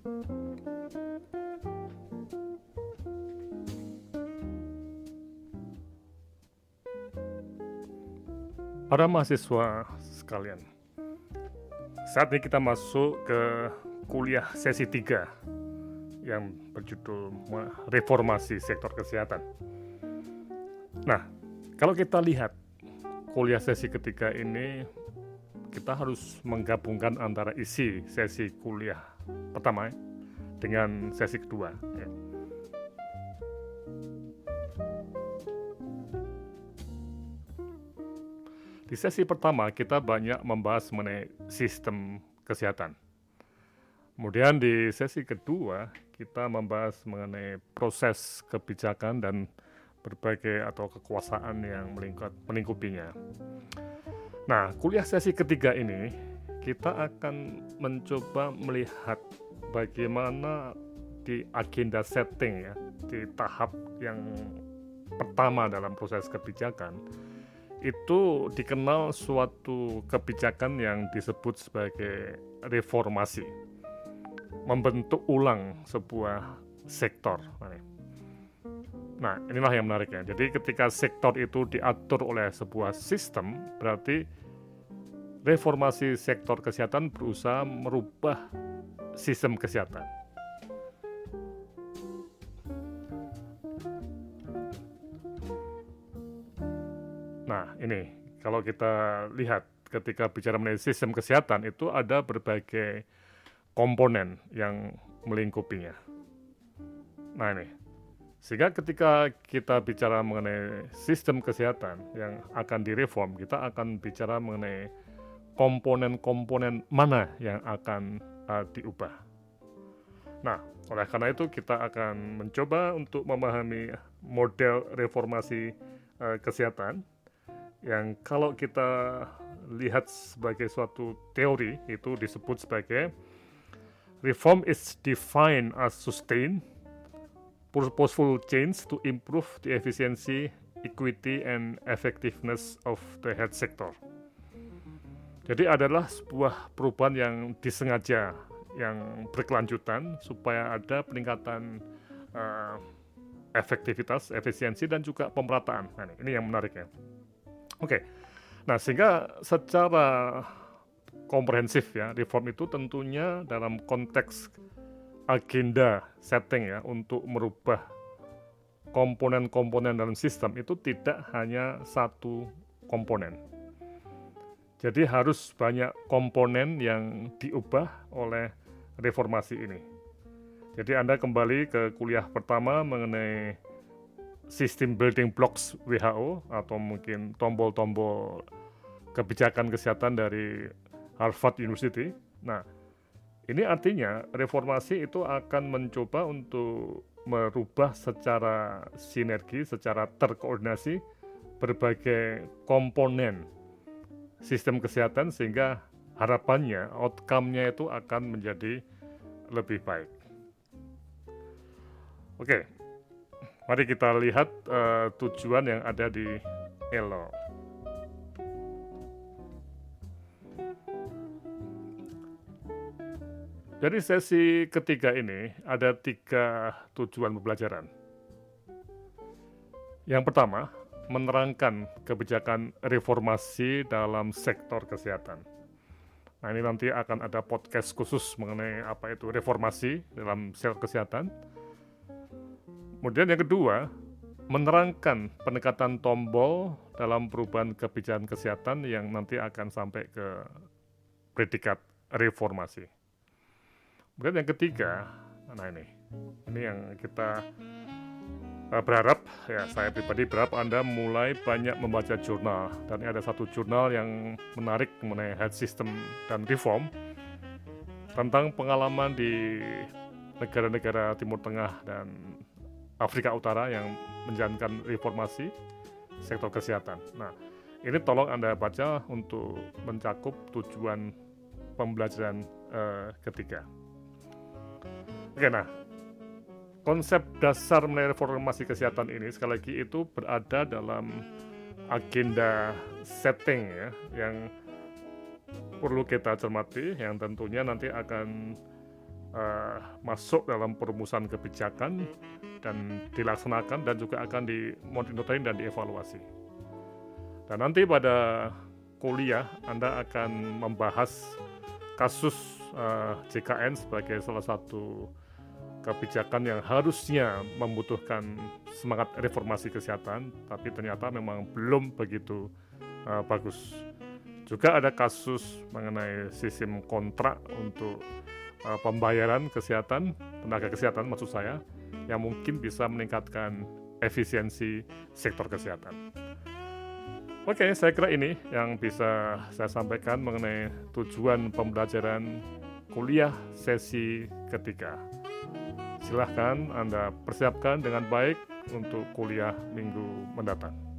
Para mahasiswa sekalian, saat ini kita masuk ke kuliah sesi 3 yang berjudul Reformasi Sektor Kesehatan. Nah, kalau kita lihat kuliah sesi ketiga ini, kita harus menggabungkan antara isi sesi kuliah pertama dengan sesi kedua. Di sesi pertama kita banyak membahas mengenai sistem kesehatan. Kemudian di sesi kedua kita membahas mengenai proses kebijakan dan berbagai atau kekuasaan yang melingkupinya. Nah, kuliah sesi ketiga ini kita akan mencoba melihat bagaimana di agenda setting ya, di tahap yang pertama dalam proses kebijakan itu dikenal suatu kebijakan yang disebut sebagai reformasi, membentuk ulang sebuah sektor. Nah, inilah yang menarik ya. Jadi ketika sektor itu diatur oleh sebuah sistem, berarti reformasi sektor kesehatan berusaha merubah sistem kesehatan. Nah, ini kalau kita lihat ketika bicara mengenai sistem kesehatan itu ada berbagai komponen yang melingkupinya. Nah, ini. Sehingga ketika kita bicara mengenai sistem kesehatan yang akan direform, kita akan bicara mengenai komponen-komponen mana yang akan diubah. Nah, oleh karena itu kita akan mencoba untuk memahami model reformasi kesehatan yang kalau kita lihat sebagai suatu teori itu disebut sebagai reform is defined as sustained, purposeful change to improve the efficiency, equity, and effectiveness of the health sector. Jadi adalah sebuah perubahan yang disengaja, yang berkelanjutan supaya ada peningkatan efektivitas, efisiensi, dan juga pemerataan. Nah, ini yang menarik ya. Oke, nah sehingga secara komprehensif ya, reform itu tentunya dalam konteks agenda setting ya untuk merubah komponen-komponen dalam sistem itu tidak hanya satu komponen. Jadi harus banyak komponen yang diubah oleh reformasi ini. Jadi Anda kembali ke kuliah pertama mengenai sistem building blocks WHO atau mungkin tombol-tombol kebijakan kesehatan dari Harvard University. Nah, ini artinya reformasi itu akan mencoba untuk merubah secara sinergi, secara terkoordinasi berbagai komponen sistem kesehatan sehingga harapannya outcome-nya itu akan menjadi lebih baik. Oke. Mari kita lihat tujuan yang ada di ELO. Dari sesi ketiga ini ada 3 tujuan pembelajaran. Yang pertama, menerangkan kebijakan reformasi dalam sektor kesehatan. Nah, ini nanti akan ada podcast khusus mengenai apa itu reformasi dalam sektor kesehatan. Kemudian yang kedua, menerangkan pendekatan tombol dalam perubahan kebijakan kesehatan yang nanti akan sampai ke predikat reformasi. Kemudian yang ketiga, nah ini yang kita berharap, ya saya pribadi berharap Anda mulai banyak membaca jurnal. Dan ini ada satu jurnal yang menarik mengenai health system dan reform tentang pengalaman di negara-negara Timur Tengah dan Afrika Utara yang menjalankan reformasi sektor kesehatan. Nah, ini tolong Anda baca untuk mencakup tujuan pembelajaran ketiga. Oke, nah, konsep dasar mengenai reformasi kesehatan ini sekali lagi itu berada dalam agenda setting ya, yang perlu kita cermati, yang tentunya nanti akan masuk dalam perumusan kebijakan dan dilaksanakan dan juga akan dimonitoring dan dievaluasi. Dan nanti pada kuliah Anda akan membahas kasus JKN sebagai salah satu kebijakan yang harusnya membutuhkan semangat reformasi kesehatan, tapi ternyata memang belum begitu bagus. Juga ada kasus mengenai sistem kontrak untuk pembayaran kesehatan, tenaga kesehatan maksud saya, yang mungkin bisa meningkatkan efisiensi sektor kesehatan. Oke, saya kira ini yang bisa saya sampaikan mengenai tujuan pembelajaran kuliah sesi ketiga. Silahkan Anda persiapkan dengan baik untuk kuliah minggu mendatang.